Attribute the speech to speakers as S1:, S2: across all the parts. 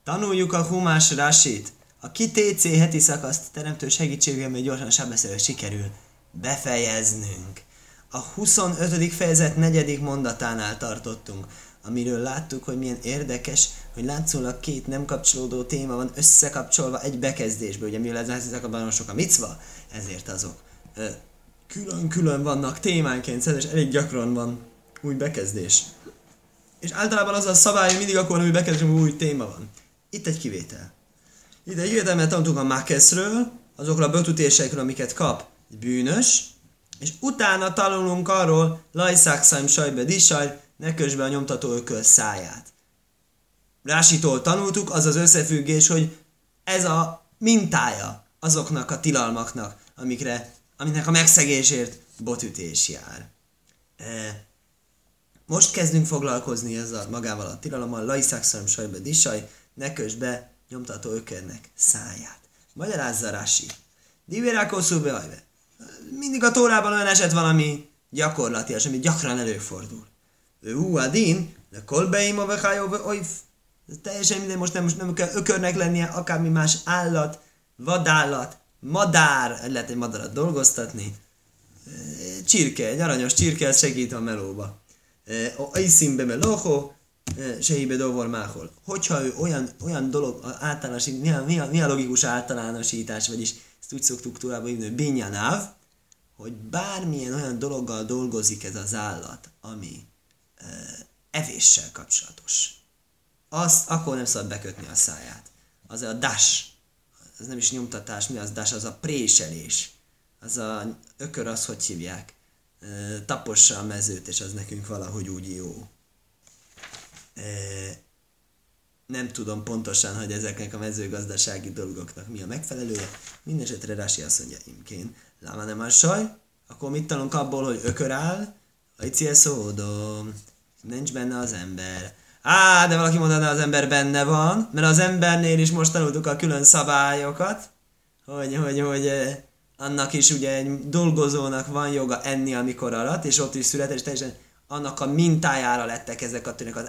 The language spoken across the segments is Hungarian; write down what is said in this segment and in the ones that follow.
S1: Tanuljuk a Humás Rasit. A TC heti szakaszt teremtő segítségével még gyorsan sábeszélő sikerül befejeznünk. A 25. fejezet 4. mondatánál tartottunk, amiről láttuk, hogy milyen érdekes, hogy látszólag két nem kapcsolódó téma van összekapcsolva egy bekezdésből. Ugye mivel ez a szakaszban sok a micva, ezért azok külön-külön vannak témánként, és elég gyakran van új bekezdés. És általában az a szabály, hogy mindig akkor új bekezdés, új téma van. Itt egy kivétel. Itt egy kivétel, mert tanultunk a makeszről, azokról a bötutésekről, amiket kap egy bűnös, és utána tanulunk arról, lajszákszaim sajbe disaj, ne kösd be a nyomtató ököl száját. Rásitól tanultuk, az az összefüggés, hogy ez a mintája azoknak a tilalmaknak, amiknek a megszegésért botütés jár. Most kezdünk foglalkozni ezzel magával a tilalommal, lajszákszaim sajbe disaj, ne kösd be nyomtató ökörnek száját. Magyarázza Rashi. Divérákosszú beajve. Mindig a Tórában olyan eset van, ami gyakorlatilag, ami gyakran előfordul. Adin, de kolbeim a vekájó olyf. Teljesen minden, most nem kell ökörnek lennie, akármi más állat, vadállat, madár, lehet egy madarat dolgoztatni. Csirke, egy aranyos csirke, ez segít a melóba. Aiszimbe melóho, sehibe dovor máhol. Hogyha ő olyan dolog, mi a logikus általánosítás, vagyis ezt úgy szoktuk Tórában hívni, hogy binyanáv, hogy bármilyen olyan dologgal dolgozik ez az állat, ami evéssel kapcsolatos. Azt akkor nem szabad bekötni a száját. Az a dash, az nem is nyomtatás, mi az dash, az a préselés. Az a ökör, az hogy hívják? Tapossa a mezőt, és az nekünk valahogy úgy jó. Nem tudom pontosan, hogy ezeknek a mezőgazdasági dolgoknak mi a megfelelője. Mindenesetre Rashi azt mondja, imkén, láma nem a saj, akkor mit tanulunk abból, hogy ökör áll? Ajcie szódom, nincs benne az ember. De valaki mondaná, az ember benne van, mert az embernél is most tanultuk a külön szabályokat, hogy annak is ugye egy dolgozónak van joga enni, amikor arat, és ott is született, és teljesen annak a mintájára lettek ezek a tűnik az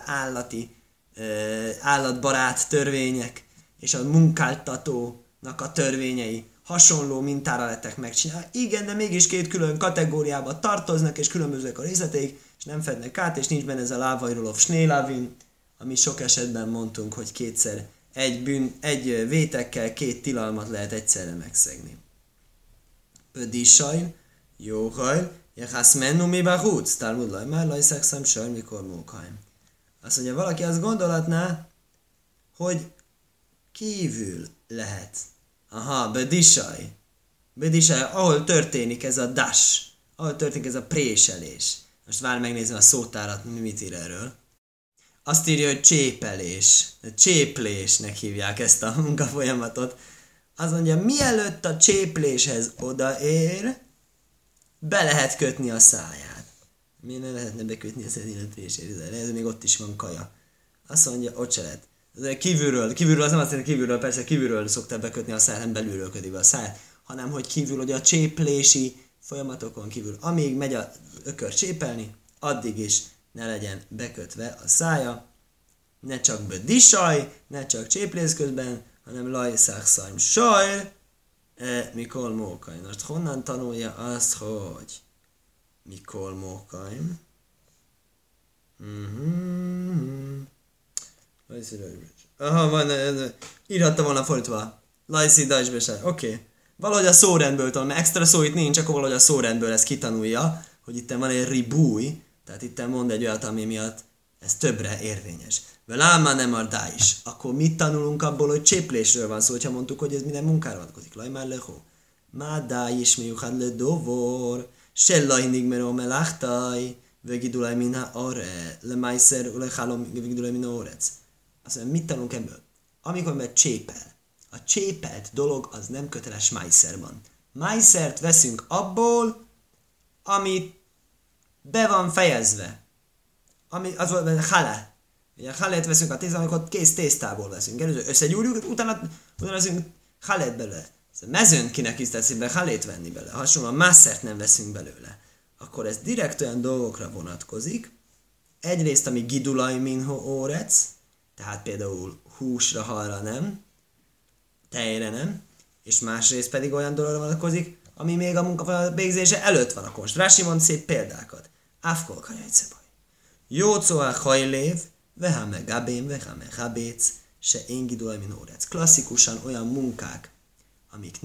S1: állatbarát törvények, és a munkáltatónak a törvényei hasonló mintára lettek megcsinálva. Igen, de mégis két külön kategóriába tartoznak, és különbözőek a részleteik, és nem fednek át, és nincs benne ez a lávajrólov snélavin, ami sok esetben mondtunk, hogy kétszer egy vétekkel két tilalmat lehet egyszerre megszegni. Pödisajl, jóhajl, jehász mennu mi bahúc, Talmud laj, már lajszakszam saj, mikor mókajm. Azt mondja, valaki azt gondolatná, hogy kívül lehet. Bedisaj, ahol történik ez a dash, ahol történik ez a préselés. Most várj, megnézem a szótárat, mit ír erről. Azt írja, hogy csépelés. Cséplésnek hívják ezt a munkafolyamatot. Azt mondja, mielőtt a csépléshez odaér, be lehet kötni a száját. Miért ne lehetne bekötni a száját? Ez még ott is van kaja. Azt mondja, ott se lehet. Kívülről az nem azt jelenti, kívülről, persze kívülről szokták bekötni a száját, nem belülről köti be a száját, hanem hogy kívül, hogy a cséplési folyamatokon kívül, amíg megy a ökör csépelni, addig is ne legyen bekötve a szája, ne csak bedisaj, ne csak cséplész közben, hanem lajszákszaim sajr, mikor mókaim. Most honnan tanulja azt, hogy mikor mókaim? Van, írhatta volna fordítva. Lajszi dajsbesaj. Oké. Valahogy a szórendből tanul, mert extra szó itt nincs, akkor valahogy a szórendből ezt kitanulja, hogy itt van egy ribúj, tehát itt mond egy olyat, ami miatt ez többre érvényes. Veláma nem a dá is. Akkor mit tanulunk abból, hogy cséplésről van szó, hogyha mondtuk, hogy ez minden munkára vonatkozik. Laj már lehó. Má dá is miuchad le dovor, se lajnig meró melachtaj, vegidulaj minha are, le májszer, le hálom, vegidulaj minha orec. Azt mondja, mit tanulunk ebből? Amikor meg csépel. A csépelt dolog az nem köteles májszerban. Májszert veszünk abból, amit be van fejezve. Az volt halá. Ugye halét veszünk a tésztát, amikor kész tésztából veszünk. Először összegyúrjuk, utána veszünk halét belőle. Mezőn kinek is teszi be halét venni bele. Hasonlóan mászert nem veszünk belőle. Akkor ez direkt olyan dolgokra vonatkozik. Egyrészt, ami gidulaj minho órec, tehát például húsra, halra nem, tejre nem, és másrészt pedig olyan dologra vonatkozik, ami még a munka végzése előtt van. Akkor most Rási mond szép példákat. Afkol kajajcebaj. Jócó a hajlév, vehame gabém, vehame habéc, se éngidulaj min órec. Klasszikusan olyan munkák, amik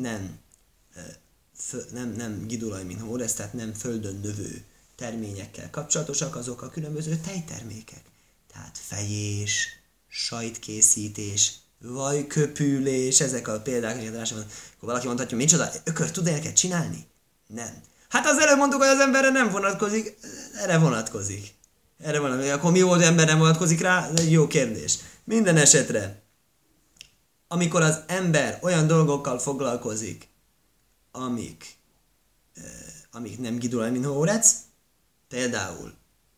S1: nem gidulaj min órec, tehát nem földön növő terményekkel kapcsolatosak, azok a különböző tejtermékek. Tehát fejés, sajtkészítés, vajköpülés, ezek a példák, akkor valaki mondhatja, micsoda, ökör tud ilyeneket csinálni? Nem. Hát az előbb mondtuk, hogy az emberre nem vonatkozik, erre vonatkozik. Akkor mi volt, ember nem vonatkozik rá? Ez egy jó kérdés. Minden esetre, amikor az ember olyan dolgokkal foglalkozik, amik nem gidulaj min hórec, például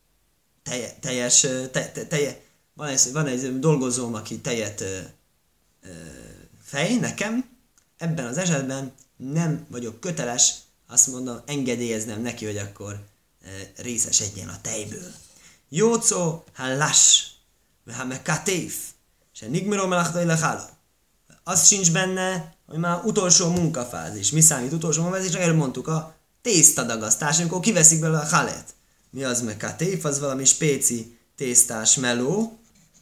S1: van egy dolgozóm, aki tejet fej nekem, ebben az esetben nem vagyok köteles, azt mondom, engedélyeznem neki, hogy akkor részesedjen a tejből. Jócó, ha lass, ha me katéf, se nigmiró melachtai lecháló. Az sincs benne, hogy már utolsó munkafázis. Mi számít utolsó munkafázis? Erről mondtuk a tésztadagasztás, amikor kiveszik belőle a halet. Mi az me katéf? Az valami spéci tésztás meló.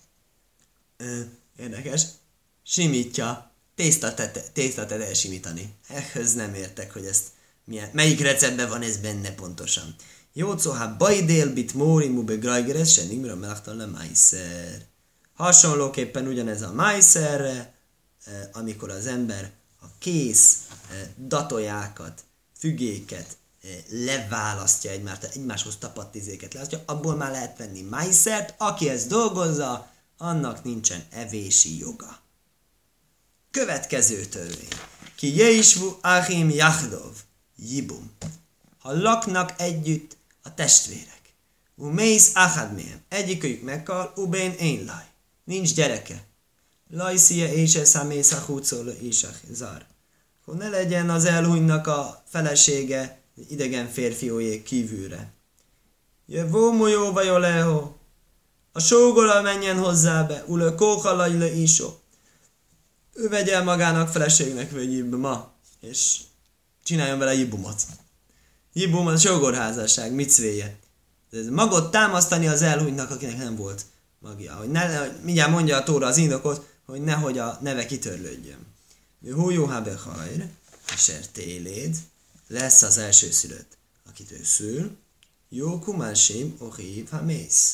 S1: Érdekes. Simítja. Tésztatet simítani. Ehhez nem értek, hogy ezt melyik receptben van ez benne pontosan. Jócó, ha bajdél bit móri mube grajgeres, se nimra melachtan le májszer. Hasonlóképpen ugyanez a májszerre, amikor az ember a kész datójákat, fügéket leválasztja egymáshoz tapadt izéket leválasztja, abból már lehet venni májszert, aki ezt dolgozza, annak nincsen evési joga. Következő törvény. Ki jeisvu achim jachdov, jibum. Ha laknak együtt a testvérek, umész achadmém, egyikőjük meghal, ubén én laj. Nincs gyereke. Lajszia és eszamész a húcoló és a zar. Akkor ne legyen az elhunynak a felesége idegen férfiójék kívülre. Jövó molyó vajoleho. A sógora menjen hozzá be, ule kóhalaj le isó. Ő vegye el magának feleségnek vagy ma, és csináljon vele jibumot. Jibum a sógorházasság, micvéje. Ez magot támasztani az elhunytnak, akinek nem volt magja. Hogy mindjárt mondja a Tóra az indokot, hogy nehogy a neve kitörlődjön. Hújó habe hajr, sertéléd, lesz az elsőszülött, akit ő szül, jó kumásim, ohív, ha mész.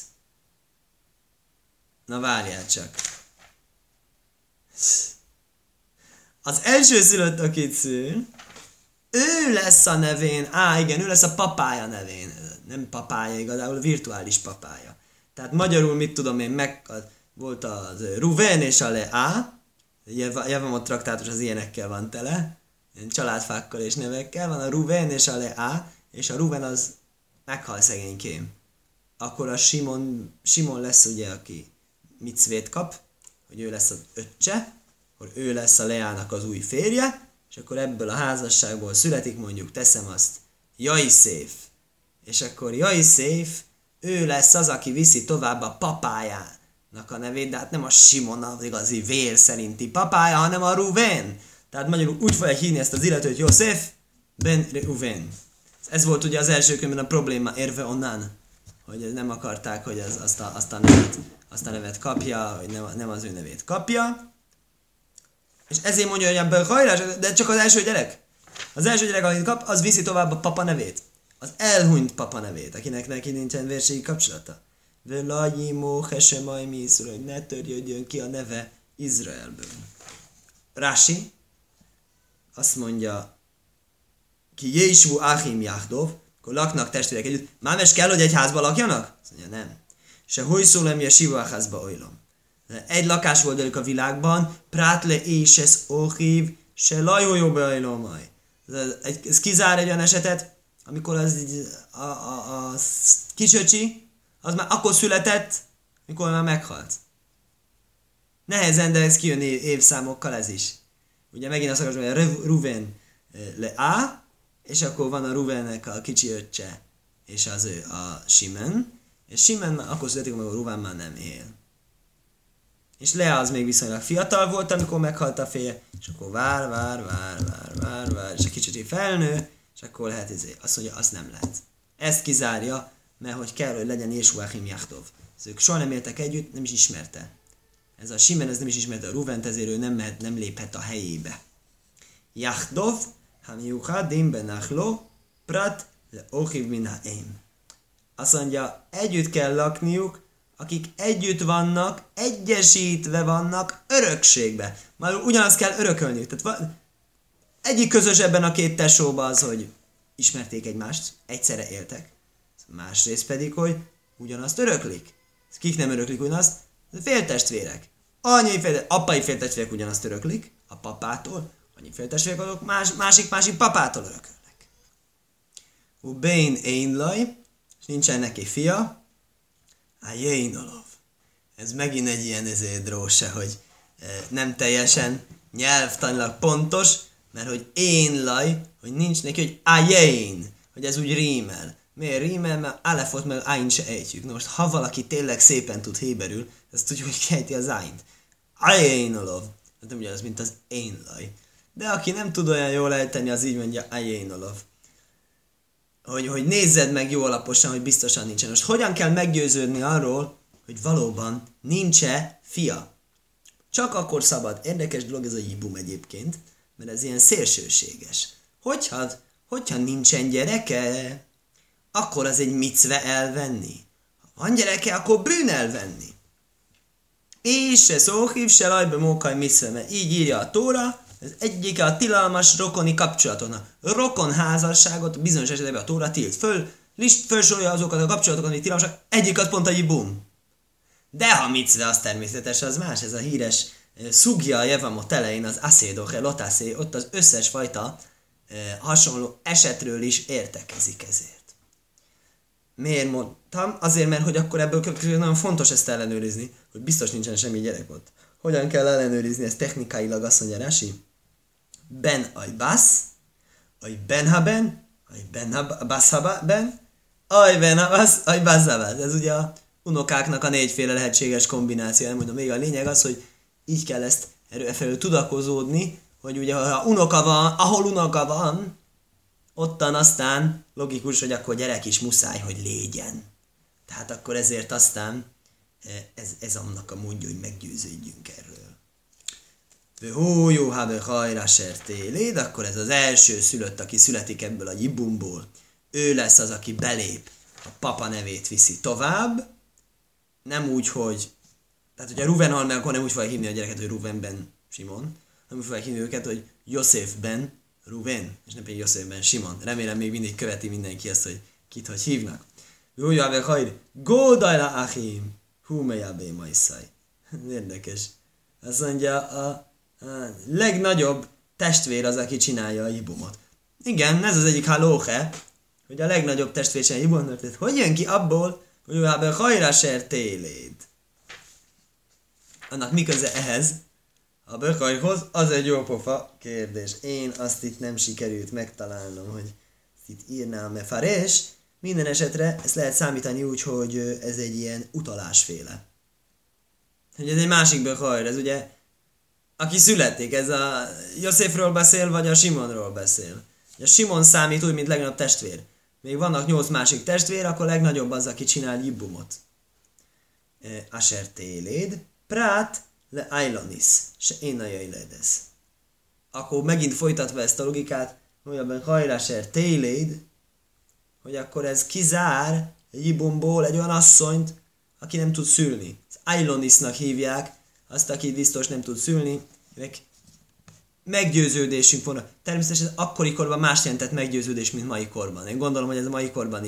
S1: Na várjál csak. Az elsőszülött, akit szül, ő lesz a nevén, igen, ő lesz a papája nevén. Nem papája igazából, virtuális papája. Tehát magyarul mit tudom én, volt az Ruven és a Leá, Javamot traktátus az ilyenekkel van tele, családfákkal és nevekkel, van a Ruven és a Leá, és a Ruven az meghal szegénykém. Akkor a Simon lesz ugye, aki micvét kap, hogy ő lesz az öccse, akkor ő lesz a Leának az új férje, és akkor ebből a házasságból születik, mondjuk teszem azt, Jaiszéf. És akkor Jaiszéf, ő lesz az, aki viszi tovább a papájának a nevét, de hát nem a Simon az igazi vér szerinti papája, hanem a Ruven. Tehát magyarul úgy fogják hívni ezt az illetőt, József ben Ruven. Ez volt ugye az első könyvben a probléma érve onnan, hogy nem akarták, hogy azt a nevet kapja, hogy nem az ő nevét kapja. És ezért mondja, hogy ebből hajrás, de csak az első gyerek. Az első gyerek, amit kap, az viszi tovább a papa nevét. Az elhunyt papa nevét, akinek neki nincsen vérségi kapcsolata. Velajimó hesemaj mi Iszra, hogy ne törjöjjön ki a neve Izraelből. Rási azt mondja, ki Jésú Achim Jahdov, akkor laknak testvérek együtt. Mámes kell, hogy egy házba lakjanak? Azt mondja, nem. Se hojszólem, a Siváházba ojlom. Egy lakás volt velük a világban, prátle és ez ohív, se lajójó beajlomaj. Ez kizár egy olyan esetet, amikor az a kisöcsi, az már akkor született, mikor már meghalt. Nehezen, de ez kijön évszámokkal ez is. Ugye megint azt akarom, hogy a Ruven le A, és akkor van a Ruvennek a kicsi öccse, és az ő a Simen, és Simen már akkor születik, amikor a Ruven már nem él. és Lea az még viszonylag fiatal volt, amikor meghalt a férje, és akkor vár, és egy kicsit így felnő, és akkor lehet azt mondja, azt nem lehet. Ezt kizárja, mert hogy kell, hogy legyen Jeshuachim Jachtov. Ők soha nem éltek együtt, nem is ismerte. Ez a Simen, ez nem is ismerte a Ruvent, ezért ő nem léphet a helyébe. Jachtov, hamiuchadim benachlo, prat le ochiv min ha'em. Azt mondja, együtt kell lakniuk, akik együtt vannak, egyesítve vannak örökségbe. Már ugyanazt kell örökölniük. Tehát egyik közös ebben a két tesóban az, hogy ismerték egymást, egyszerre éltek. Másrészt pedig, hogy ugyanazt öröklik. Kik nem öröklik ugyanazt? Féltestvérek. Apai féltestvérek ugyanazt öröklik, a papától, annyi féltestvérek azok másik papától örökölnek. Ubein Einlaj, és nincsen neki fia, a Jénolov. Ez megint egy ilyen dróse, hogy nem teljesen nyelvtanilag pontos, mert hogy Einlaj, hogy nincs neki, hogy Ajén, hogy ez úgy rímel. Miért rímel? Mert Alefot meg Ain se ejtjük. Na most, ha valaki tényleg szépen tud héberül, ezt tudjuk, hogy kiejti az Aint. Ajénolov. Ez nem ugyanaz, mint az Einlaj. De aki nem tud olyan jól ejteni, az így mondja Ajénolov. Hogy nézzed meg jó alaposan, hogy biztosan nincsen. Most hogyan kell meggyőződni arról, hogy valóban nincs-e fia? Csak akkor szabad. Érdekes dolog ez a jibum egyébként, mert ez ilyen szélsőséges. Hogyha nincsen gyereke, akkor az egy micve elvenni. Ha van gyereke, akkor bűn elvenni. És se szóhív, se lajbe mókaj micve, mert így írja a Tóra, ez egyik a tilalmas rokoni kapcsolatoknak. Rokon házasságot bizonyos esetben a Tóra tilt fölsorolja azokat a kapcsolatokat, amik tilalmasak, egyik az pont a jibum. De ha micve, az természetes, az más, ez a híres szugja a Jevamot elején, az aszédoche, lotászé, ott az összes fajta hasonló esetről is értekezik ezért. Miért mondtam? Azért, mert hogy akkor ebből nagyon fontos ezt ellenőrizni, hogy biztos nincsen semmi gyerek ott. Hogyan kell ellenőrizni ezt technikailag, azt mondja Rási? Ben ajbasz, aj ben haben, aj ben ben, aj ben habasz, aj basz. Ez ugye a unokáknak a négyféle lehetséges kombináció. Nem mondom, még a lényeg az, hogy így kell ezt erőfelől tudakozódni, hogy ugye ha unoka van, ahol unoka van, ottan aztán logikus, hogy akkor gyerek is muszáj, hogy légyen. Tehát akkor ezért aztán ez annak a mondja, hogy meggyőződjünk erről. Hú, jó, hát hajrá sertéléd, akkor ez az első szülött, aki születik ebből a jibumból. Ő lesz az, aki belép, a papa nevét viszi tovább. Nem úgy, hogy... Tehát, hogyha Ruven hal meg, akkor nem úgy fogja hívni a gyereket, hogy Ruven ben Simon, nem úgy fogja hívni őket, hogy József ben Ruven, és nem pedig József ben Simon. Remélem még mindig követi mindenki ezt, hogy kit hogy hívnak. Jó, jó, hajr, Gódajla Achim, Húmejabé Majszaj. Érdekes. Azt mondja, a legnagyobb testvér az, aki csinálja a jibumot. Igen, ez az egyik halóhe, hogy a legnagyobb testvér csinálja a jibumot. Tehát hogy jön ki abból, hogy ő hajrá sertéléd? Annak mi köze ehhez? A bökajhoz, az egy jó pofa kérdés. Én azt itt nem sikerült megtalálnom, hogy itt írnám mefares. Minden esetre ezt lehet számítani úgy, hogy ez egy ilyen utalásféle. Hogy ez egy másik bökajr, ez ugye, aki születik, ez a Józsefről beszél, vagy a Simonról beszél. A Simon számít úgy, mint legnagyobb testvér. Még vannak 8 másik testvér, akkor legnagyobb az, aki csinál jibbumot. Asher téléd, prát, le Ailonis, se én a jöjledesz. Akkor megint folytatva ezt a logikát, hogy abban hajráser téléd, hogy akkor ez kizár egy ibumból egy olyan asszonyt, aki nem tud szülni. Az Ailonisnak hívják azt, aki biztos nem tud szülni. Meggyőződésünk volna. Természetesen akkori korban más jelentett meggyőződés, mint mai korban. Én gondolom, hogy ez a mai korban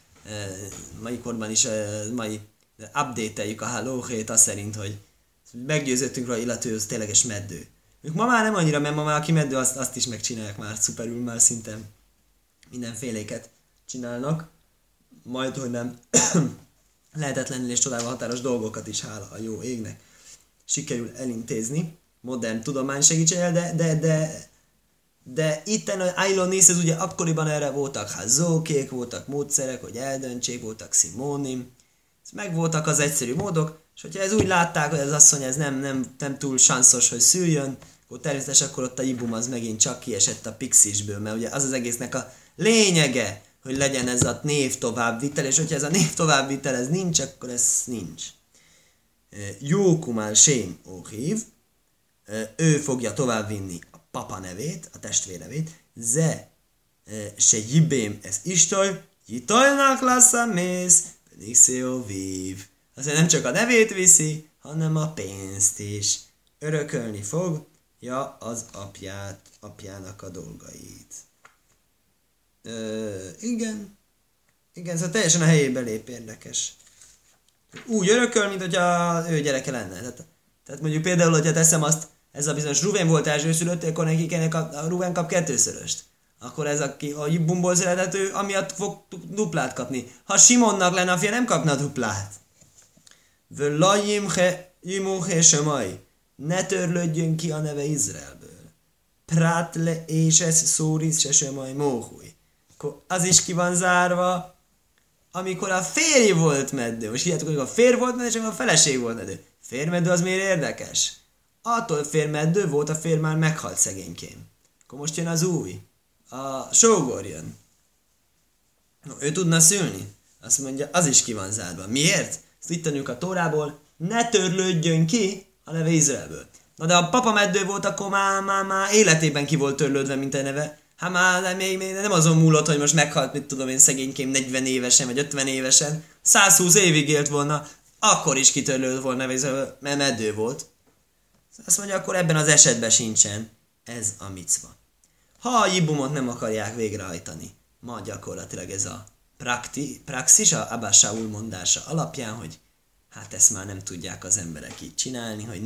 S1: is update-eljük a hálóhét azt szerint, hogy meggyőződtünk rá, illető az tényleges meddő. Ők ma már nem annyira, mert ma már aki meddő, azt is megcsinálják már, szuperül már szinten. Mindenféléket csinálnak. Majd, hogy nem lehetetlenül és csodálva határos dolgokat is, hála a jó égnek, sikerül elintézni. Modern tudomány segítségével, de itten az Ailonis, ez ugye akkoriban erre voltak hazókék, voltak módszerek, hogy eldöntsék, voltak szimónim. Meg voltak az egyszerű módok, És hogyha ez úgy látták, hogy az asszony ez nem túl sanszos, hogy szüljön, akkor természetesen akkor ott a Jibum az megint csak kiesett a pixisből, mert ugye az egésznek a lényege, hogy legyen ez a név továbbvitel, és hogyha ez a név továbbvitel ez nincs, akkor ez nincs. Jókumál Sém Óhív, ő fogja továbbvinni a papa nevét, a testvér nevét, ze se jibém ez istoj, jitojnak lesz a mész, pedig széóvív. Azért nem csak a nevét viszi, hanem a pénzt is. Örökölni fogja az apjának a dolgait. Igen, szóval teljesen a helyébe lép, érdekes. Úgy örököl, mint hogyha ő gyereke lenne. Tehát mondjuk például, hogyha teszem azt, ez a bizonyos Ruvén volt elsőszülött, akkor neki a Ruvén kap kettőszöröst. Akkor ez a Jibumból született, ő amiatt fog duplát kapni. Ha Simonnak lenne a fia, nem kapna duplát. V'lajimhe semaj. Ne törlődjön ki a neve Izraelből. Prátle és ez szóris se semaj móhúj. Akkor az is ki van zárva, amikor a férj volt meddő. Most hihetek, hogy a férj volt meddő, és a feleség volt meddő. Férmeddő az miért érdekes? Attól férmeddő volt, a férj már meghalt szegénykém. Akkor most jön az új. A sógor jön. No, ő tudna szülni. Azt mondja, az is ki van zárva. Miért? Ezt itt tanuljuk a Tórából. Ne törlődjön ki a neve Izraelből. Na de a papa meddő volt, akkor már életében ki volt törlődve, mint a neve. Hát már még nem azon múlott, hogy most meghalt, mit tudom én, szegénykém 40 évesen, vagy 50 évesen. 120 évig élt volna, akkor is kitörlődött volna neve, mert meddő volt. Azt mondja, akkor ebben az esetben sincsen ez a micva. Ha a Jibumot nem akarják végrehajtani, ma gyakorlatilag ez a praxis, a Abba Shaul mondása alapján, hogy hát ezt már nem tudják az emberek így csinálni, hogy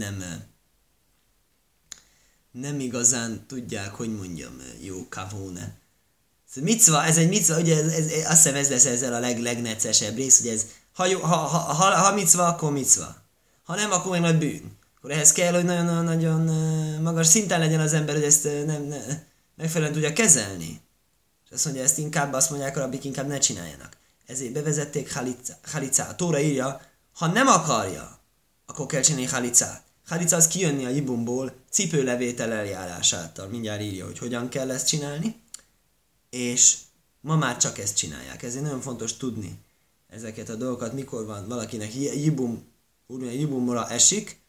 S1: nem igazán tudják, hogy mondjam, jó kavóne. Ez egy micva, ugye azt hiszem ez lesz ezzel a legnecesebb rész, hogy ez, ha micva, akkor micva. Ha nem, akkor meg nagy bűn. Akkor ehhez kell, hogy nagyon-nagyon magas szinten legyen az ember, hogy ezt nem megfelelően tudja kezelni. És azt mondja, ezt inkább azt mondják, a rabbik inkább ne csináljanak. Ezért bevezették halicát. A Tóra írja, ha nem akarja, akkor kell csinálni halicát. Halica az kijönni a Jibumból cipőlevétel eljárásától. Mindjárt írja, hogy hogyan kell ezt csinálni. És ma már csak ezt csinálják. Ezért nagyon fontos tudni ezeket a dolgokat, mikor van valakinek Jibumra esik,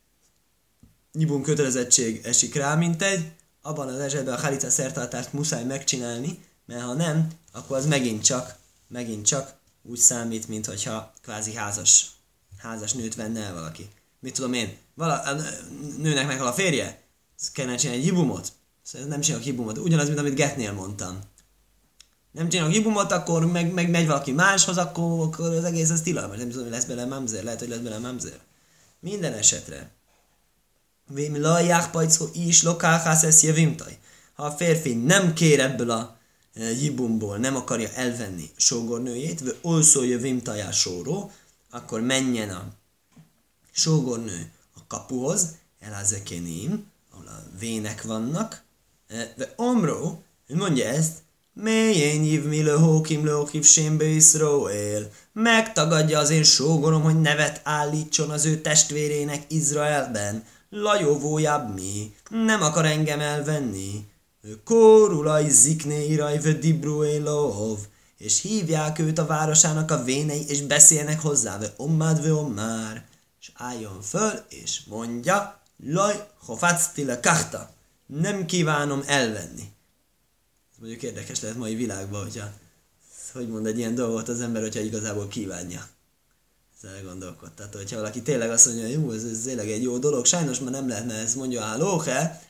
S1: Jibum kötelezettség esik rá, mint egy, abban az esetben a halica szertartást muszáj megcsinálni, mert ha nem, akkor az megint csak úgy számít, mint hogyha kvázi házas nőt venne el valaki. Mit tudom én, a nőnek meghal a férje, kellene csinálni egy jibumot, szóval nem csinálok jibumot, ugyanaz, mint amit Getnél mondtam. Nem csinálok jibumot, akkor meg megy valaki máshoz, akkor az egész az tilalmas, nem tudom, hogy lesz bele mamzer, lehet, hogy lesz bele mamzer. Minden esetre. Vém lajják pajcó is lokáhász esz jövimtaj. Ha a férfi nem kér ebből a jibumból, nem akarja elvenni sógornőjét, vagy olszó jövimtajá sóró, akkor menjen a sógornő a kapuhoz, elazekenim, ahol a vének vannak, de omró, mondja ezt, mélyén hív mi lehókiv sémbe Iszrael. Megtagadja az én sógorom, hogy nevet állítson az ő testvérének Izraelben. Lajóvójább mi, nem akar engem elvenni. Kórulaj zikné iraj vödibrué lóhov. És hívják őt a városának a vénei, és beszélnek hozzá, ve ommár. És álljon föl, és mondja, laj, hofacti le kahta. Nem kívánom elvenni. Ez mondjuk érdekes lehet mai világban, hogyha, hogy mond egy ilyen dolgot az ember, hogyha igazából kívánja. Ezzel elgondolkodtat, hogyha valaki tényleg azt mondja, hogy jó, ez tényleg egy jó dolog, sajnos már nem lehetne ezt mondja állóhe,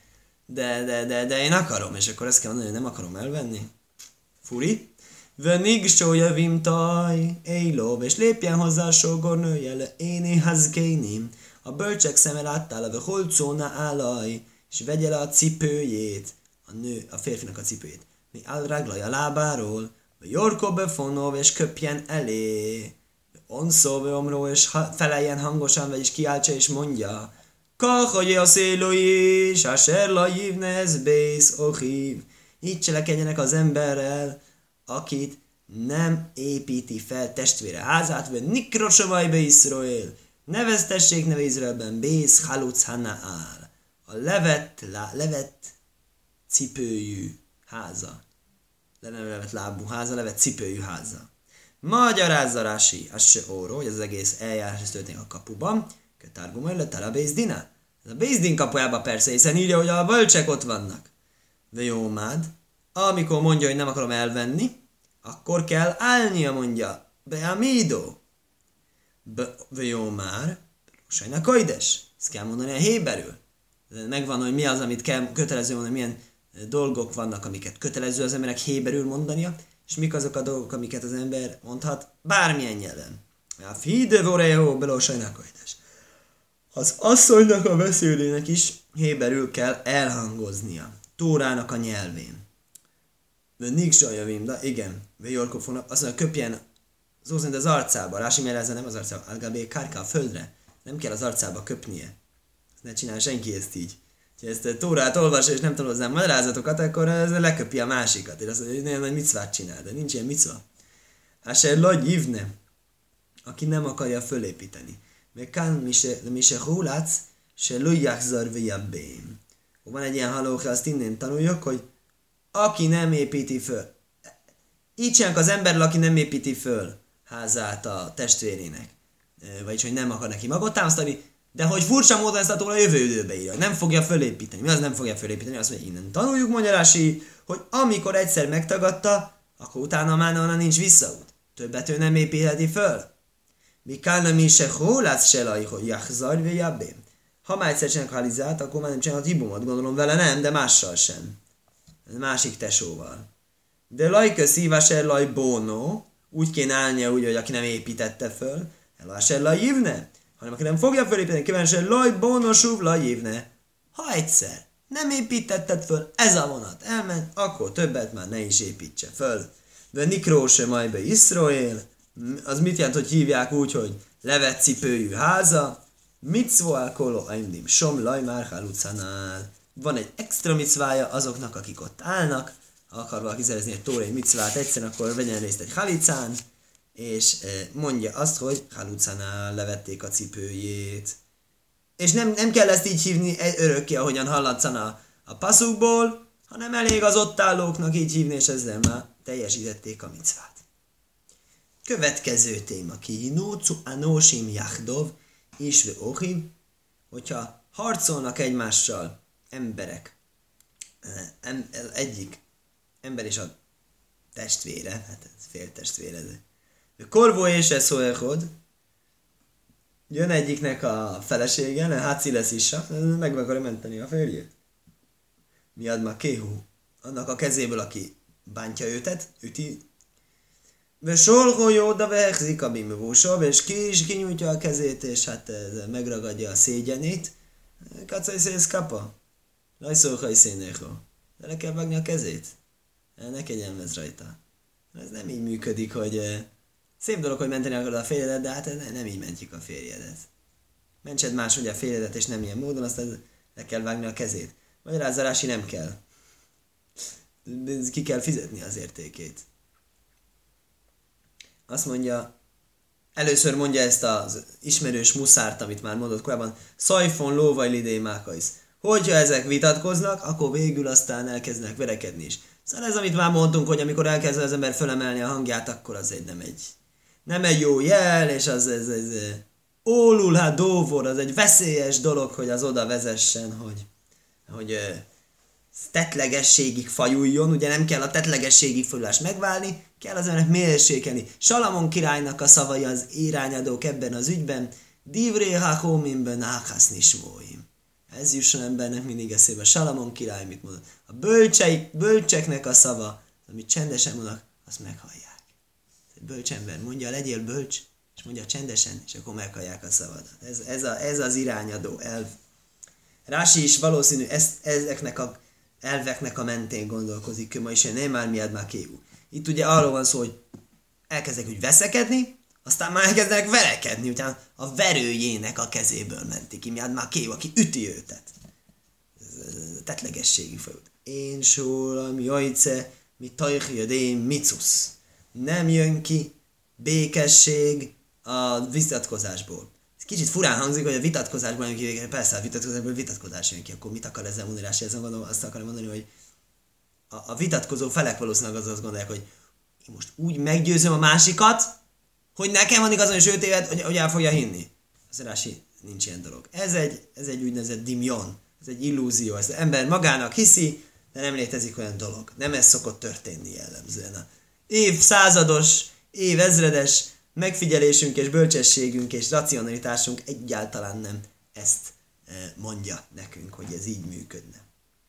S1: de én akarom, és akkor ezt kell mondani, hogy nem akarom elvenni. Furi. Venig sója vimtaj, éjlov, és lépjen hozzá a sógornője, le éni hazkénim, a bölcsek szeme láttál, a holcóna állaj, és vegye le a cipőjét, a férfinak a cipőjét, mi álráglaj a lábáról, jorko befonov, és köpjen elé, onszó beomró, és feleljen hangosan, vagyis kiáltsa, és mondja, kahogy a széló is, a serlajív nezbész, ohív, így cselekedjenek az emberrel, akit nem építi fel testvére házát, vagy nikrosomaj be Iszrael, Neveztessék neve Izraelben Bész Halutz Hanaál. A levet cipőjű háza. Levet lábú háza, levet cipőjű háza. Magyarázza Rási, az se óró, hogy az egész eljárás ez történik a kapuban. Kötárgumai lettel a Bézdina. Ez a Bézdin kapujában persze, hiszen írja, hogy a bölcsek ott vannak. De jó mád, amikor mondja, hogy nem akarom elvenni, akkor kell állnia, mondja. Beamidó. Jó már, sajna kajdes. Ezt kell mondani a héberül. Megvan, hogy mi az, amit kell kötelező mondani, milyen dolgok vannak, amiket kötelező az emberek héberül mondania, és mik azok a dolgok, amiket az ember mondhat bármilyen nyelven. A fide vorejó beló sajna kajdes. Az asszonynak a beszélének is héberül kell elhangoznia. Tórának a nyelvén. Niksajavim, de igen. Vejorkofónak azt mondja, köpjen szó szerint az arcába. Rási melezze nem az arcába. Algabé kárka a földre. Nem kell az arcába köpnie. Ezt ne csinál senki ezt így. Ha ezt a Tórát olvasja és nem tud hozzá magyarázatokat, akkor ez leköpi a másikat. És azt mondja, hogy nagyon nagy micvát csinál, de nincs ilyen micva. Hásser lagy hívne, aki nem akarja fölépíteni. Meg kán mi se hólátsz, se lujják zarvijabbém. Van egy ilyen halóka, azt innen tanuljuk, hogy aki nem építi föl. Így csinálják az ember, aki nem építi föl házát a testvérének. Vagyis, hogy nem akar neki magot támasztani, de hogy furcsa módon ezt a Tóra jövő időbe írja, nem fogja fölépíteni. Mi az nem fogja fölépíteni? Azt mondja, innen tanuljuk, mondja Rási, hogy amikor egyszer megtagadta, akkor utána már nincs visszaút. Többet ő nem építheti föl. Mi kálna mi se hólátsz se laj, hogy jachzar vagy jabbém. Ha már egyszer csinálnak halizát, akkor már nem csinálhat hibumot. Gondolom vele nem, de mással sem. Másik tesóval. De lajka szíváser laj bónó, úgy kéne állnia úgy, hogy aki nem építette föl, eláser laj jívne, hanem aki nem fogja fölépíteni, kíváncsi, laj bónó súv laj jívne. Ha egyszer nem építetted föl, ez a vonat elment, akkor többet már ne is építse föl. De nikróse majd be Iszrael, az mit jelent, hogy hívják úgy, hogy levet cipőjű háza, mitzvah kolo aimdim som laj már halucanál. Van egy extra micvája azoknak, akik ott állnak, ha akar valaki szerezni egy tórai micvát egyszer, akkor vegyen részt egy halicán, és mondja azt, hogy halucanál levették a cipőjét. És nem kell ezt így hívni örökké, ahogyan hallatszana a passzukból, hanem elég az ott állóknak így hívni, és ezzel már teljesítették a micvát. Következő téma ki, nócu anósim jahdov, isve ohim, hogyha harcolnak egymással emberek, egyik ember és a testvére, hát ez fél testvére, de korvó és eszóechod, jön egyiknek a felesége, háci lesz is, meg akarja menteni a férjét. Miad ma kéhú, annak a kezéből, aki bántja őtet, üti, ve sorgó jó, de vehzik a bimvósov, és ki is kinyújtja a kezét, és hát megragadja a szégyenét. Kacaj szész kapa. Lajszóhaj széného. De le kell vágni a kezét. Ne kegyelmez rajta. Ez nem így működik, hogy szép dolog, hogy menteni akarod a férjedet, de hát nem így mentjük a férjedet. Mentsed máshogy a férjedet, és nem ilyen módon, aztán le kell vágni a kezét. Magyarázza Rási, nem kell. Ki kell fizetni az értékét. Azt mondja, először mondja ezt az ismerős muszárt, amit már mondott korábban, szajfon lóvaj lidé mákaisz. Hogyha ezek vitatkoznak, akkor végül aztán elkezdenek verekedni is. Szóval ez, amit már mondtunk, hogy amikor elkezd az ember fölemelni a hangját, akkor az nem egy jó jel, és az ólul, hát dóvor, az egy veszélyes dolog, hogy az oda vezessen, hogy tettlegességig fajuljon, ugye nem kell a tettlegességig fajulást megválni, kell az embernek mérsékelni. Salamon királynak a szavai az irányadók ebben az ügyben, divré hachómimben áhász nismóim. Ez jusson embernek mindig eszébe. Salamon király mit mond? A bölcseknek a szava, amit csendesen mondanak, azt meghallják. Egy bölcs ember mondja, legyél bölcs, és mondja csendesen, és akkor meghallják a szavadat. Ez az irányadó elv. Rási is valószínű ezeknek a elveknek a mentén gondolkozik, ma is nem már miatt már kéú. Itt ugye arról van szó, hogy elkezdek úgy veszekedni, aztán már elkezdenek verekedni, utána a verőjének a kezéből menti ki, miatt már kéú, aki üti őtet. Tettlegességi folyót. Én sólam jajce, mi tajhjadén micusz. Nem jön ki békesség a vitatkozásból. kicsit furán hangzik, hogy a vitatkozásban, persze a vitatkozásban vitatkozás jön ki, akkor mit akar ezzel mondani, ezen gondolom, azt akarom mondani, hogy a vitatkozó felek valószínűleg azt gondolják, hogy én most úgy meggyőzöm a másikat, hogy nekem van igazán, és ő téved, hogy el fogja hinni. Az rási nincs ilyen dolog. Ez egy úgynevezett dimjon, ez egy illúzió, ez az ember magának hiszi, de nem létezik olyan dolog. Nem ez szokott történni jellemzően. A évszázados, évezredes megfigyelésünk és bölcsességünk és racionalitásunk egyáltalán nem ezt mondja nekünk, hogy ez így működne.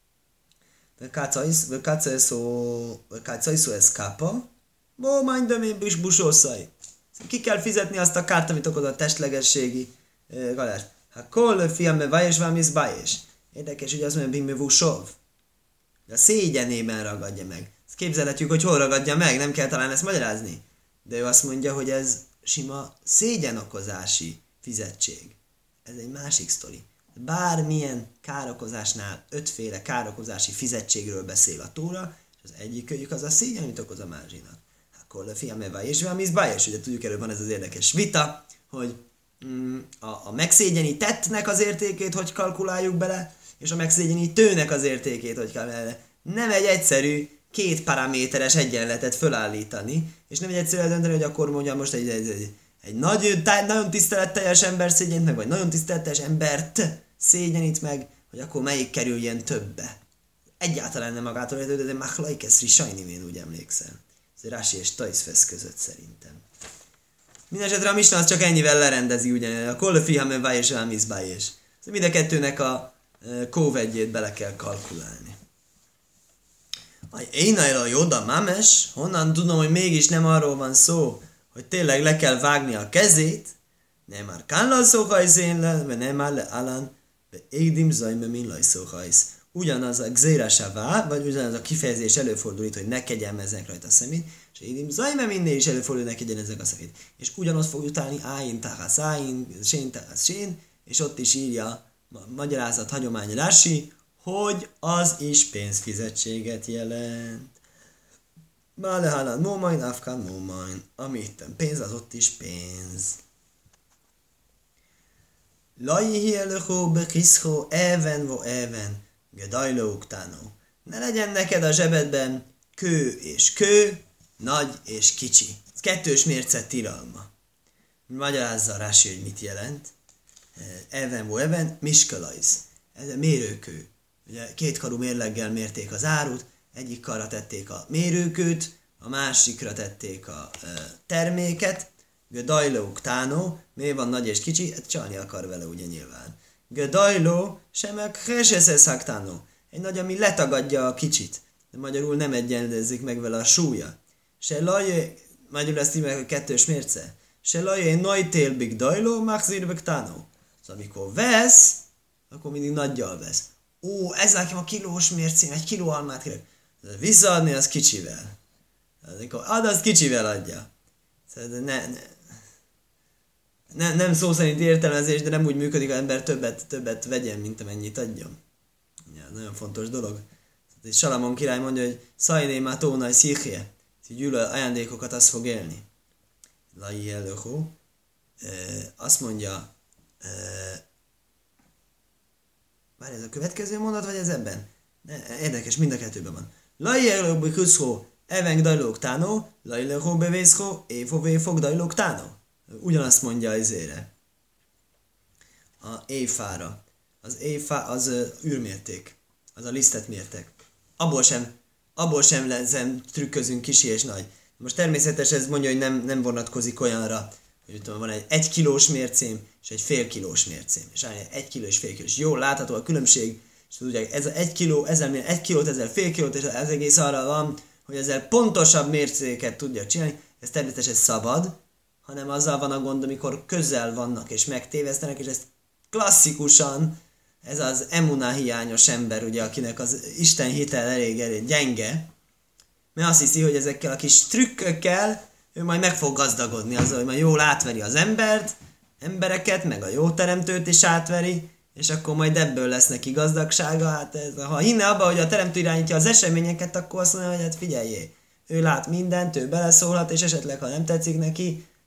S1: Kácajszó ez kápa, bó, majd én is busószai. Ki kell fizetni azt a kárt, amit okoz a testlegességi galást. Ha kol fiam vájes vámisz bájes. Érdekes, hogy azt mondja, bimbe vusov. A szégyenében ragadja meg. Ezt képzelhetjük, hogy hol ragadja meg, nem kell talán ezt magyarázni. De ő azt mondja, hogy ez sima szégyenokozási fizetség. Ez egy másik sztori. Bármilyen károkozásnál 5 féle károkozási fizetségről beszél a Tóra, és az egyikőjük az a szégyen, amit okoz a másinak. Akkor a fiam és vámisz bájes. Ugye tudjuk, erről van ez az érdekes vita, hogy a megszégyenítettnek az értékét hogy kalkuláljuk bele, és a megszégyenítőnek az értékét hogy kell bele. Nem egy egyszerű 2 paraméteres egyenletet fölállítani, és nem egy egyszerű eldönteni, hogy akkor mondjam most egy nagyon tiszteletteljes ember szégyenít meg, vagy nagyon tiszteletteljes embert szégyenít meg, hogy akkor melyik kerüljen többe. Egyáltalán nem magától értődő, de Machlaikeszri sajnim, én úgy emlékszem. Ez Rási és Tajszfesz között szerintem. Mindenesetre a Misna az csak ennyivel lerendezi, ugyan a kollefihame vájes elmisz bájes. Mind a kettőnek a kóvegyét bele kell kalkulálni. Én a Joda Mames, honnan tudom, hogy mégis nem arról van szó, hogy tényleg le kell vágni a kezét, nem már kánlal szóhajszén le, vagy nem már le alán, de édim zajme min laj szóhajsz. Ugyanaz a gzérásává, vagy ugyanaz a kifejezés előfordul itt, hogy ne kegyelmezzenek rajta a szemét, és édim zajme minnél is előfordul, hogy ne kegyelmezzenek a szemét. És ugyanaz fog utálni áin, táhász áin, sén, táhász sén, és ott is írja magyarázat hagyomány Rási, hogy az is pénzfizetséget jelent. Bálehálán mómain, afkán mómain. Ami itten pénz, az ott is pénz. Lajhi hielechó bekiszchó even vo even, gedajló uktánó. Ne legyen neked a zsebedben kő és kő, nagy és kicsi. Ez kettős mérce tilalma. Magyarázza Rási, hogy mit jelent. Even vo even, miskalajz. Ez a mérőkő. Ugye 2 karú mérleggel mérték az árut, egyik karra tették a mérőkőt, a másikra tették a terméket. Gedajló uktánó, miért van nagy és kicsi? Hát csalni akar vele ugye nyilván. Gedajló, semek heseszeszaktánó. Egy nagy, ami letagadja a kicsit. De magyarul nem egyenlőzik meg vele a súlya. Se lajé, magyarul ezt így meg a kettős mérce. Se lajé nagy télbik dajló, maxírbek tánó. Szóval amikor vesz, akkor mindig nagyjal vesz. Ó, ez nekem a kilós mércén, 1 kiló almát kérek. Visszaadni az kicsivel. Amikor ad, az kicsivel adja. Szóval nem szó szerint értelmezés, de nem úgy működik, hogy az ember többet vegyen, mint amennyit adjon. Ja, nagyon fontos dolog. Salamon király mondja, hogy szajné már tónaj szíhje. Gyűlöl ajándékokat, az fog élni. Lai előhó. Azt mondja, várj, ez a következő mondat, vagy ez ebben? Érdekes, mind a kettőben van. Lai előhó kuszhó, even dajlók tánó, lai előhó bevészhó, éfové fog dajlók tánó. Ugyanazt mondja izére. A éjfára. Az éjfá az űrmérték. Az a lisztet mértek. Abból sem trükközünk kisi és nagy. Most természetesen ez mondja, hogy nem vonatkozik olyanra, hogy tudom, van egy 1 kilós mércém és egy fél kilós mércém. És 1 kiló és fél kilós. Jól látható a különbség, és tudják, ez a 1 kiló, ezzel 1 kilót, ezzel fél kilót, és ez egész arra van, hogy ezzel pontosabb mércéket tudja csinálni. Ez természetesen szabad, hanem azzal van a gond, amikor közel vannak és megtévesztenek, és ezt klasszikusan ez az emuná hiányos ember, ugye, akinek az Isten hitel elég gyenge, mert azt hiszi, hogy ezekkel a kis trükkökkel ő majd meg fog gazdagodni azzal, hogy majd jól átveri az embereket, meg a jó teremtőt is átveri, és akkor majd ebből lesz neki gazdagsága. Hát ha hinne abba, hogy a teremtő irányítja az eseményeket, akkor azt mondja, hogy hát figyeljé, ő lát mindent, ő beleszólhat, és esetleg, ha nem tetszik neki,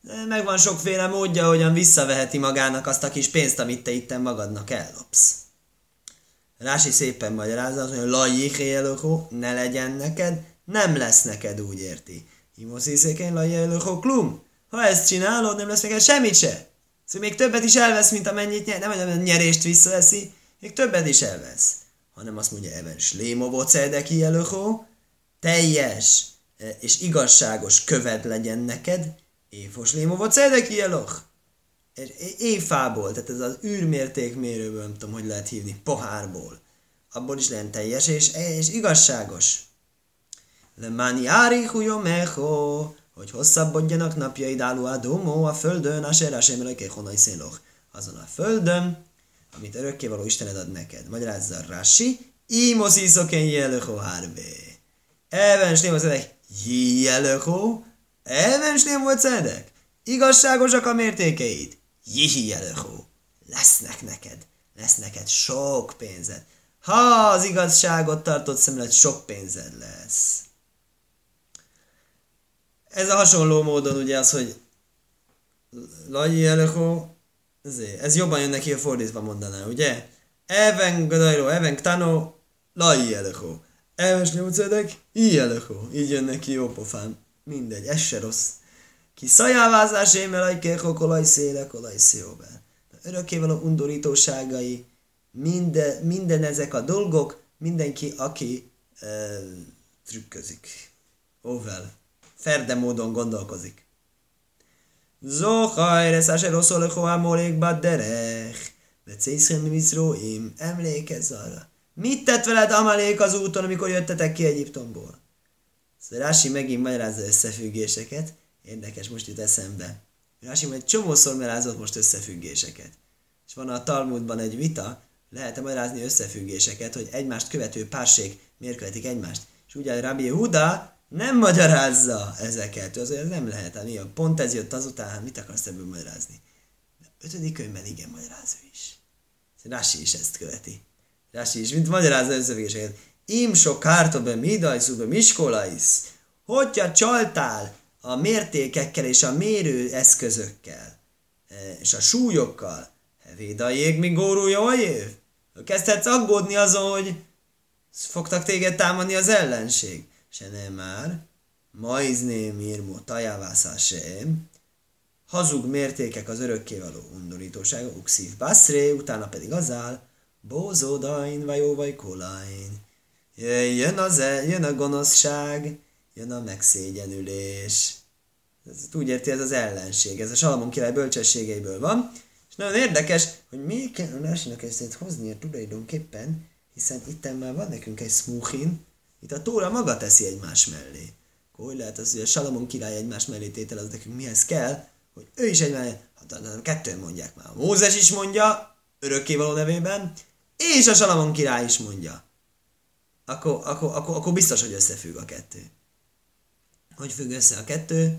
S1: Megvan sokféle módja, hogyan visszaveheti magának azt a kis pénzt, amit te itten magadnak ellopsz. Rási szépen magyarázza, hogy lajjé ne legyen neked, nem lesz neked, úgy érti. Imosziszéken lajjé klum. Ha ezt csinálod, nem lesz neked semmit se. Szóval még többet is elvesz, mint amennyit nyer. Nem, hogy a nyerést visszaveszi, még többet is elvesz. Hanem azt mondja, Even slémovó cedeki jelökó, teljes és igazságos köved legyen neked, éfos lémovó cedeki jelökó. Éfából, tehát ez az űrmértékmérőből, nem tudom, hogy lehet hívni, pohárból. Abból is legyen teljes és igazságos. Le máni árichújó mecho, hogy hosszabbodjanak napjaid álló a domó a földön, a serásém honai szénloch. Azon a földön, amit örökkévaló Istened ad neked. Magyarázza Rashi, ímos iszokén jelökó hárvé. Even sném volt szedek, jelökó, even sném volt szedek. Igazságosak a mértékeid. Jihi jelökó. Lesz neked sok pénzed. Ha az igazságot tartod szemlet, sok pénzed lesz. Ez a hasonló módon ugye az, hogy Lajji jelökó, ez jobban jön neki, a fordítva mondaná, ugye? Even gadajró, even ktano, Lajji jelökó. Even snyúcedek, jelökó. Így jön neki jó pofán. Mindegy, ez se rossz. Ki szajávázás émel, ajkéko, kolaj széle, kolaj széóbe. Örökkévaló undorítóságai, minden ezek a dolgok, mindenki, aki trükközik. Óvel. Ferde módon gondolkozik. Zohajre, száse rosszolökó ámolékba derech. Becészren miszróim, emlékezz arra. Mit tett veled Amalék az úton, amikor jöttetek ki Egyiptomból? Rási megint magyarázza összefüggéseket. Érdekes, most jut eszembe. Rási majd csomószor magyarázott most összefüggéseket. És van a Talmudban egy vita, lehet-e magyarázni összefüggéseket, hogy egymást követő párség miért követik egymást. És ugye Rabbi Yehuda nem magyarázza ezeket, azért nem lehet. Pont ez jött azután, mit akarsz ebből magyarázni? De 5. könyvben igen magyarázó is. Rási is ezt követi. Rási is, mint magyarázza összefüggéseket. Im sok kártobe midajszúbe miskolaisz. Hogyha csaltál a mértékekkel és a mérőeszközökkel, és a súlyokkal, védajék, mi górulja a jöv. Kezdhetsz aggódni azon, hogy fogtak téged támadni az ellenség. Se nem már, maizném írmó tajávászá sem, hazug mértékek az örökkévaló undorítósága, ukszív baszré, utána pedig az áll, bózódain, vajóvaj kolain. Jön a gonoszság, jön a megszégyenülés. Úgy érti, ez az ellenség, ez a Salamon király bölcsességeiből van. És nagyon érdekes, hogy miért kell Rásinak ezt hoznia tulajdonképpen, hiszen itt már van nekünk egy smuchin, itt a Tóra maga teszi egymás mellé. Hogy lehet az, hogy a Salamon király egymás mellé tétel, az nekünk mihez kell, hogy ő is egymás mellé, kettőn mondják már. Mózes is mondja, örökkévaló nevében, és a Salamon király is mondja. Akkor biztos, hogy összefügg a kettő. Hogy függ össze a kettő?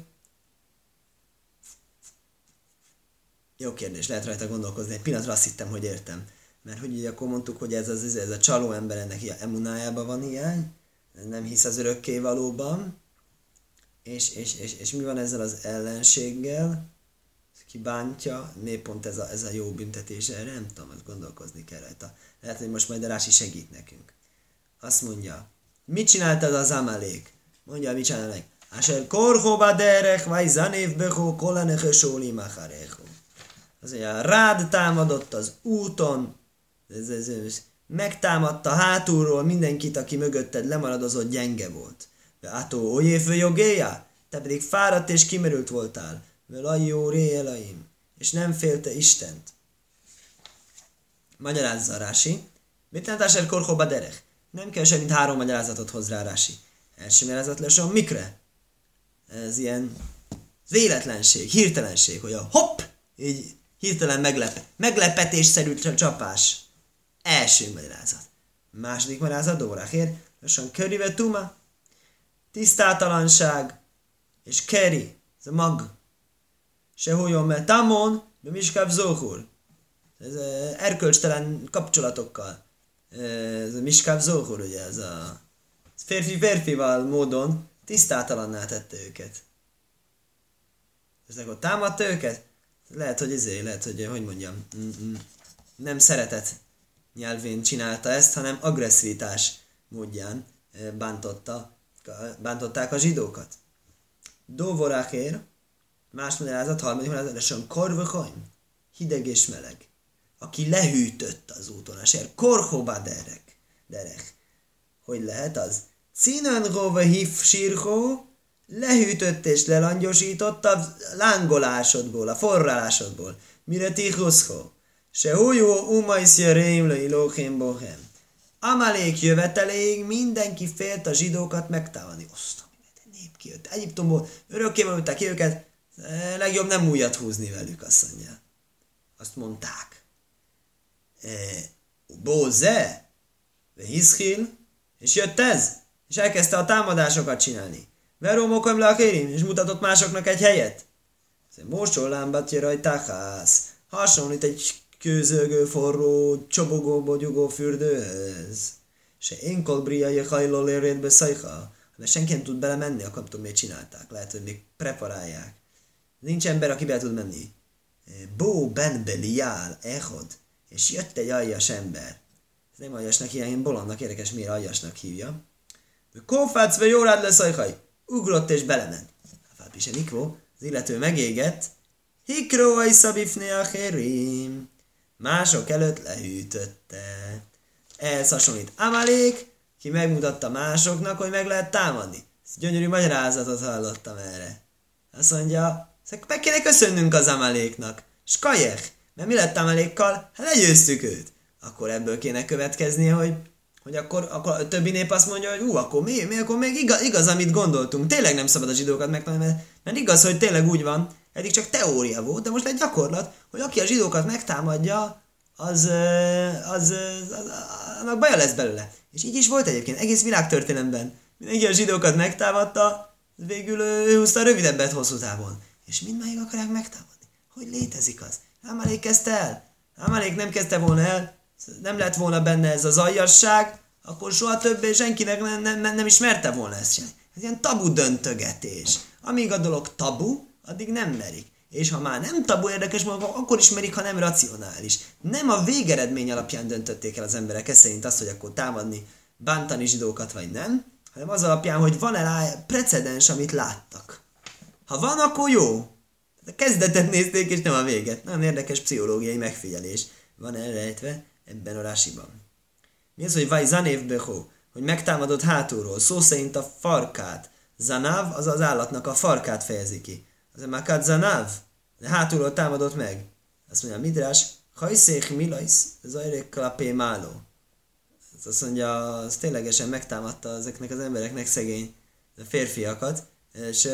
S1: Jó kérdés, lehet rajta gondolkozni. Egy pillanatra azt hittem, hogy értem. Mert hogy így akkor mondtuk, hogy ez a csaló ember, ennek emunájában van hiány, nem hisz az örökkévalóban, és mi van ezzel az ellenséggel? Ki bántja, miért pont ez a jó büntetés erre? Nem tudom, azt gondolkozni kell rajta. Lehet, hogy most majd a Rási segít nekünk. Azt mondja, mit csináltad az Amalék? Mondja, mit csináltad? Asher korhóba derech, vagy zanév behó, kolanechö sóli macharecho. Az mondja, rád támadott az úton, megtámadta hátulról mindenkit, aki mögötted lemaradozott, gyenge volt. Átó olyéfő jogéja, te pedig fáradt és kimerült voltál. Velajjó réjelaim, és nem félte Istent. Magyarázza Rási. Mit jelent Asher korhóba derech? Nem kevesebb, mint 3 magyarázatot hoz rá Rási. Első magyarázat lesz a mikre. Ez ilyen véletlenség, hirtelenség, hogy a hopp, így hirtelen meglepetésszerű csapás. Első magyarázat. Második magyarázat, Dórachér, lassan körive tuma, tisztátalanság, és keri, ez a mag. Sehújon me tamon, be miskáv zóhur. Ez erkölcstelen kapcsolatokkal. Ez a miskáv zóhur, ugye, ez a férfi-férfival módon tisztátalanná tette őket. És akkor támadta őket? Lehet, hogy mondjam, nem szeretet nyelvén csinálta ezt, hanem agresszivitás módján bántották a zsidókat. Dovorákér, más magyarázat, harmadik magyarázat, és korvöhaim, hideg és meleg, aki lehűtött az úton, és korhóba derek. Hogy lehet az? Cinanróva hív sírhó, lehűtött és lelangyosított a lángolásodból, a forralásodból. Mire tichuszhó. Se hújó umajsz jöreim le ilóhém bohem. Amalék jöveteléig mindenki félt a zsidókat megtámadni. Osztam, nép kijött Egyiptomból, örökké vonulták ki őket, legjobb nem újat húzni velük, azt mondja. Azt mondták. Bóze, Hiszkil, és jött ez, és elkezdte a támadásokat csinálni. Verómokom le a kérim, és mutatott másoknak egy helyet. Mósollámbat rajtáhász, hasonlít egy kőzögő, forró, csobogó, bogyugó fürdőhöz. Se én kolbriai hajló lérétbe szajha, de senki nem tud belemenni, akkor nem tudom, miért csinálták. Lehet, hogy még preparálják. Nincs ember, aki be tud menni. Bó ben beliál, echod, és jött egy aljas ember. Ez nem aljasnak hívja, én bolondnak, érdekes, miért aljasnak hívja. Kófác ve jórád lesz ajhaj. Ugrott és belement. Fápise Nikvó, az illető megégett. Hikró ajszabifné a hérim. Mások előtt lehűtötte. Ehhez hasonlít Amalék, ki megmutatta másoknak, hogy meg lehet támadni. Ezt gyönyörű magyarázatot hallottam erre. Azt mondja, meg kéne köszönnünk az Amaléknak. Skajech, mert mi lett Amalékkal? Hát legyőztük őt. Akkor ebből kéne következnie, hogy akkor a többi nép azt mondja, hogy akkor akkor még igaz, amit gondoltunk. Tényleg nem szabad a zsidókat megtanulni, mert igaz, hogy tényleg úgy van, eddig csak teória volt, de most egy gyakorlat, hogy aki a zsidókat megtámadja, annak baja lesz belőle. És így is volt egyébként, egész világtörténelemben. Mindenki a zsidókat megtámadta, végül ő húzta a rövidebbet hosszú távon. És mindmáig akarják megtámadni. Hogy létezik az? Amalék kezdte el. Amalék nem kezdte volna el, nem lett volna benne ez az aljasság, akkor soha többé senkinek nem ismerte volna ezt csinálni. Ez ilyen tabu döntögetés. Amíg a dolog tabu, addig nem merik. És ha már nem tabu érdekes maga, akkor ismerik, ha nem racionális. Nem a végeredmény alapján döntötték el az emberek ez szerint azt, hogy akkor támadni, bántani zsidókat vagy nem, hanem az alapján, hogy van-e rá precedens, amit láttak. Ha van, akkor jó. A kezdetet nézték, és nem a véget. Nagyon érdekes pszichológiai megfigyelés van elrejtve ebben a rásiban. Mi az, hogy vaj zanév behó, hogy megtámadott hátulról, szó szerint a farkát. Zanáv az az állatnak a farkát fejezi ki. Az a makát zanáv, de hátulról támadott meg. Azt mondja a Midrás, hajszék milajsz, zajrek klapé máló. Azt mondja, az ténylegesen megtámadta ezeknek az embereknek szegény férfiakat, és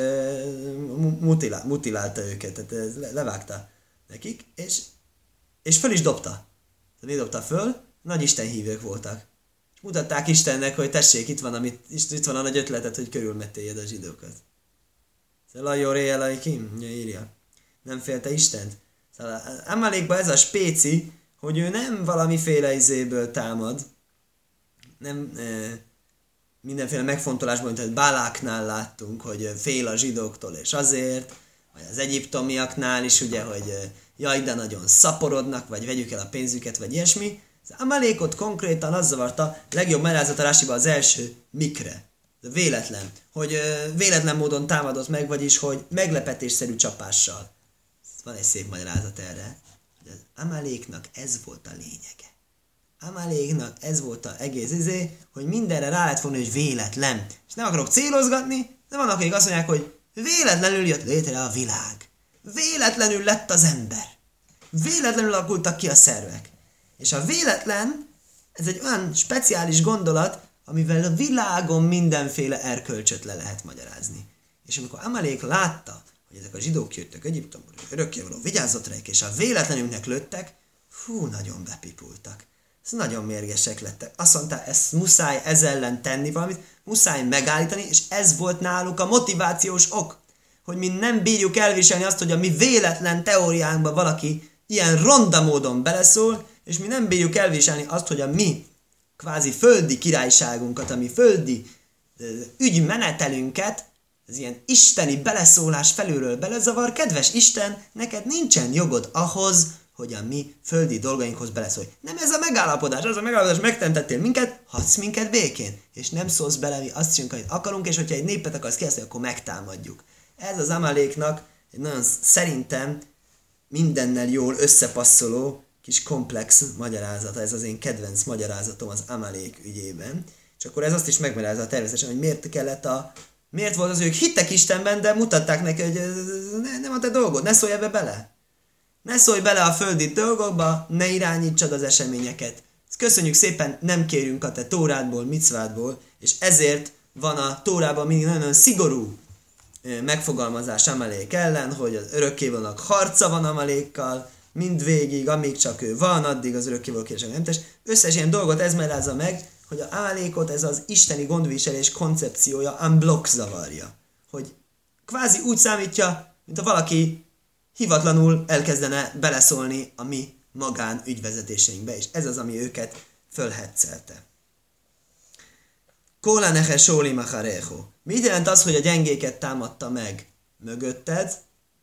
S1: mutilálta őket, tehát levágta nekik, és föl is dobta. Tehát dobta föl, nagy istenhívők voltak. És mutatták Istennek, hogy tessék, itt van a nagy ötletet, hogy körülmettéljed a zsidókat. Lajó réjelai kim, írja. Nem félte Istent. Szóval Amalékban ez a spéci, hogy ő nem valamiféle izéből támad, nem mindenféle megfontolásból, mint Baláknál láttunk, hogy fél a zsidóktól, és azért, vagy az egyiptomiaknál is, ugye, hogy jaj, de nagyon szaporodnak, vagy vegyük el a pénzüket, vagy ilyesmi. Az Amalékot konkrétan az zavarta, legjobb magyarázat a Rásiban az első mikre. Véletlen. Hogy véletlen módon támadott meg, vagyis, hogy meglepetésszerű csapással. Van egy szép magyarázat erre. Hogy az Amaléknak ez volt a lényege. Amaléknak ez volt az egész hogy mindenre rá lehet fogni, hogy véletlen. És nem akarok célozgatni, de vannak, akik azt mondják, hogy véletlenül jött létre a világ. Véletlenül lett az ember. Véletlenül alakultak ki a szervek. És a véletlen, ez egy olyan speciális gondolat, amivel a világon mindenféle erkölcsöt le lehet magyarázni. És amikor Amalék látta, hogy ezek a zsidók jöttek Egyiptomból, örökkévaló vigyázott rájuk, és a véletlenünknek lőttek, nagyon bepipultak. Ez nagyon mérgesek lettek. Azt mondta, ezt muszáj ez ellen tenni valamit, muszáj megállítani, és ez volt náluk a motivációs ok, hogy mi nem bírjuk elviselni azt, hogy a mi véletlen teóriánkba valaki ilyen ronda módon beleszól, és mi nem bírjuk elviselni azt, hogy a mi kvázi földi királyságunkat, a mi földi ügymenetelünket ez ilyen isteni beleszólás felülről belezavar, kedves Isten, neked nincsen jogod ahhoz, hogy a mi földi dolgainkhoz beleszólj. Nem ez a megállapodás, az a megállapodás, megteremtettél minket, hagysz minket békén, és nem szólsz bele, mi azt csinálunk, amit akarunk, és hogyha egy népet akarsz kihasználni, akkor megtámadjuk. Ez az Amaléknak egy nagyon szerintem mindennel jól összepasszoló kis komplex magyarázata, ez az én kedvenc magyarázatom az Amalék ügyében. És akkor ez azt is megmagyarázza természetesen, hogy miért volt az, ők hittek Istenben, de mutatták neki, hogy nem a te dolgod, ne szólj ebbe bele. Ne szólj bele a földi dolgokba, ne irányítsad az eseményeket. Ezt köszönjük szépen, nem kérünk a te tórádból, micvádból, és ezért van a tórában mindig nagyon szigorú megfogalmazás Amalék ellen, hogy az örökkévalónak harca van Amalékkal, mindvégig, amíg csak ő van, addig az örökkévaló kérdések nem tesz. Összes ilyen dolgot ez magyarázza meg, hogy a Amalékot ez az isteni gondviselés koncepciója unblock zavarja. Hogy kvázi úgy számítja, mint ha valaki hivatlanul elkezdene beleszólni a mi magán ügyvezetéseinkbe, és ez az, ami őket fölhetszelte. Kóla nehe sóli macharecho. Mit jelent az, hogy a gyengéket támadta meg mögötted?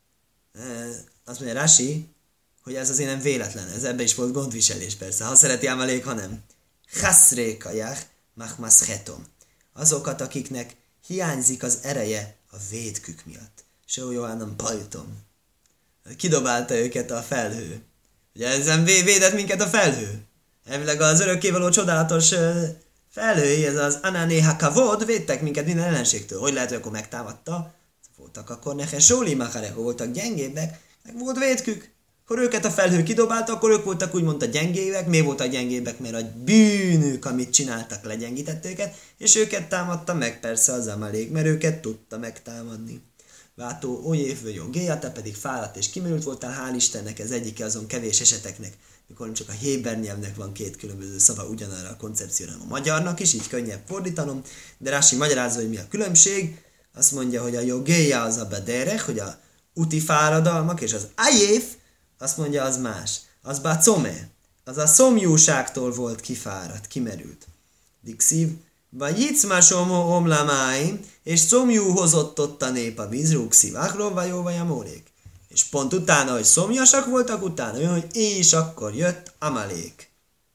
S1: Azt mondja Rashi, hogy ez azért nem véletlen, ez ebbe is volt gondviselés persze, ha szereti Amalék, ha nem. Chaszrékajach machmaschetom. Azokat, akiknek hiányzik az ereje a vétkük miatt. Sójóánom pajtom. Kidobálta őket a felhő. Ugye ezen védett minket a felhő. Elvileg az örökkévaló csodálatos felhői, ez az Ananéha Kavod, védtek minket minden ellenségtől. Hogy lehet, hogy akkor megtámadta? Voltak akkor nehe sóli machareho, voltak gyengébbek, meg volt vétkük. Akkor őket a felhő kidobálta, akkor ők voltak úgymond a gyengébbek. Miért voltak gyengébbek? Mert a bűnük, amit csináltak, legyengített őket, és őket támadta meg persze az Amalék, mert őket tudta megtámadni. Váltó ójév vagy géja, te pedig fáradt és kimerült voltál, hál' Istennek, ez egyike azon kevés eseteknek, mikor nem csak a héber nyelvnek van két különböző szava ugyanarra a koncepcióra, a magyarnak is, így könnyebb fordítanom, de Rashi magyarázza, hogy mi a különbség, azt mondja, hogy a jogéja az a bederek, hogy a úti fáradalmak, és az ájév, azt mondja, az más. Az bácome, az a szomjúságtól volt kifáradt, kimerült. Dixiv, vagy jicmásom omlamáim, és szomjú hozott ott a nép a víz, rúgszivachról, vagy jó, vagy a mólék. És pont utána, hogy szomjasak voltak, utána jön, hogy és akkor jött Amalék.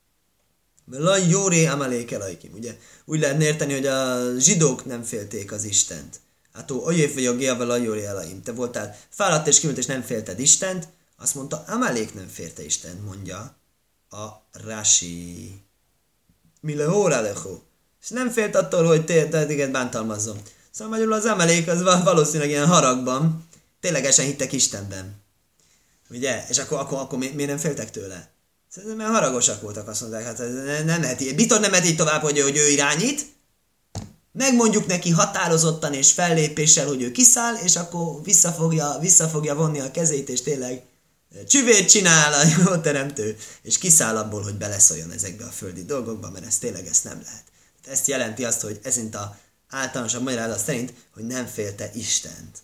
S1: Laj jóré Amalék elajkim. Ugye úgy lehetne érteni, hogy a zsidók nem félték az Istent. Hát ó, olyév vagy a géjával laj jóré elaim. Te voltál fáradt és kimült, és nem félted Istent. Azt mondta, Amalék nem félte Istent, mondja a Rashi. Mile óralecho. És nem félt attól, hogy téged bántalmazzon. Szóval magyarul az Amalék az valószínűleg ilyen haragban ténylegesen hittek Istenben. Ugye? És akkor miért nem féltek tőle? Szerintem mert haragosak voltak, azt mondták, hát nem lehet, biztos nem lehet így tovább, hogy ő irányít. Megmondjuk neki határozottan és fellépéssel, hogy ő kiszáll, és akkor vissza fogja vonni a kezét, és tényleg csüvét csinál a jó teremtő, és kiszáll abból, hogy beleszóljon ezekbe a földi dolgokba, mert ez tényleg ezt nem lehet. Ezt jelenti azt, hogy ezint a általánosabb magyarázat szerint, hogy nem félte Istent.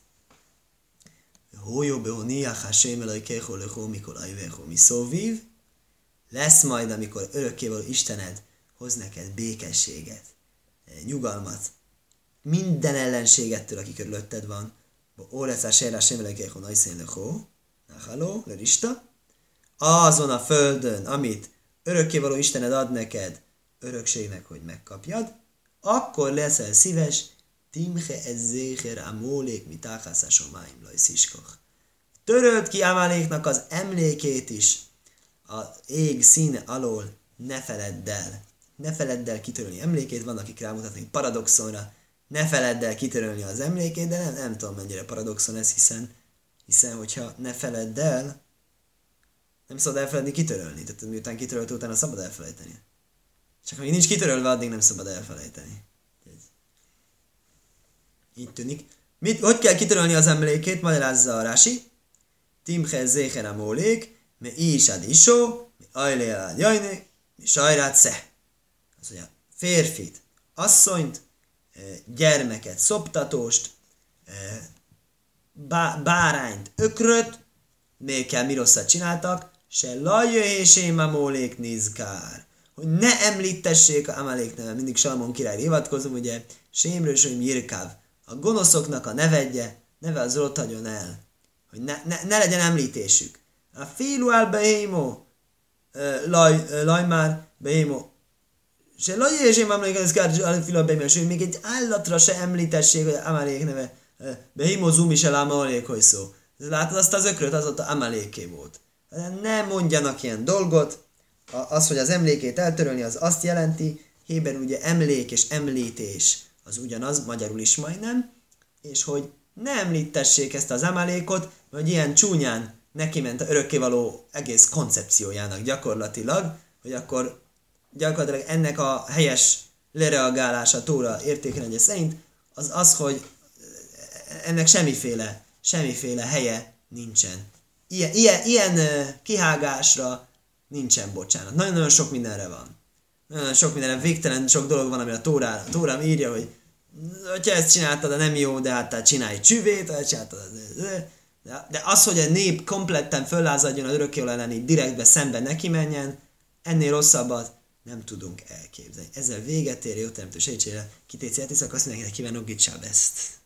S1: Lesz majd, amikor örökkévaló Istened hoz neked békességet, nyugalmat, minden ellenségettől, aki körülötted van. Azon a földön, amit örökkévaló Istened ad neked örökségnek, hogy megkapjad, akkor leszel szíves, timche ezzéher amólék mitáhász a somáim lajsziskoch. Töröld ki Amaléknak az emlékét is az ég színe alól, ne feledd el. Ne feledd el kitörölni emlékét, van, akik rámutatnak paradoxonra, ne feledd el kitörölni az emlékét, de nem tudom mennyire paradoxon ez, hiszen hogyha ne feledd el, nem szabad elfeledni kitörölni, tehát miután kitörölt, utána szabad elfelejteni. Csak amíg nincs kitörölve, addig nem szabad elfelejteni. Így tűnik. Hogy kell kitörölni az emlékét? Magyarázza a Rashi. Timche zéher a mólék, me isad isó, me ajlélád jajné, mi sajrát sze. Az mondja, férfit, asszonyt, gyermeket, szoptatóst, bárányt, ökröt, még kell mi rosszat csináltak, se lajjöhésém a mólék nizkár. Hogy ne említessék a Amalék neve. Mindig Salmon király hivatkozom, ugye Sémről Sőm Jirkáv a gonoszoknak a neve az ott hagyjon el, hogy ne legyen említésük. A filuál behémo, lajmár behémo, se lajjésém emlékezni, ez filuál behémo, sőt, még egy állatra se említessék, hogy Amalék neve, behémo zumi se láma Amalék, hogy szó. Látod azt az ökröt, az ott Amaléké volt. Ne mondjanak ilyen dolgot, az, hogy az emlékét eltörölni, az azt jelenti, héber ugye emlék és említés az ugyanaz, magyarul is majdnem, és hogy ne említessék ezt az Amalékot, hogy ilyen csúnyán neki ment a örökkévaló egész koncepciójának gyakorlatilag, hogy akkor gyakorlatilag ennek a helyes lereagálása Tóra értékrendje szerint az, hogy ennek semmiféle helye nincsen. Ilyen kihágásra nincsen bocsánat. Nagyon-nagyon sok mindenre van. Nagyon sok mindenre, végtelen sok dolog van, ami a Tóra írja, hogy ha ezt csináltad, de nem jó, de hát csinálj csüvét, de az, hogy a nép kompletten föllázadjon az örökkévaló elleni direktbe szembe neki menjen, ennél rosszabbat nem tudunk elképzelni. Ezzel véget ér, jó teremtő segítségére, kitéci eltiszak, azt mindenkinek kívánok, Gitsáb ezt.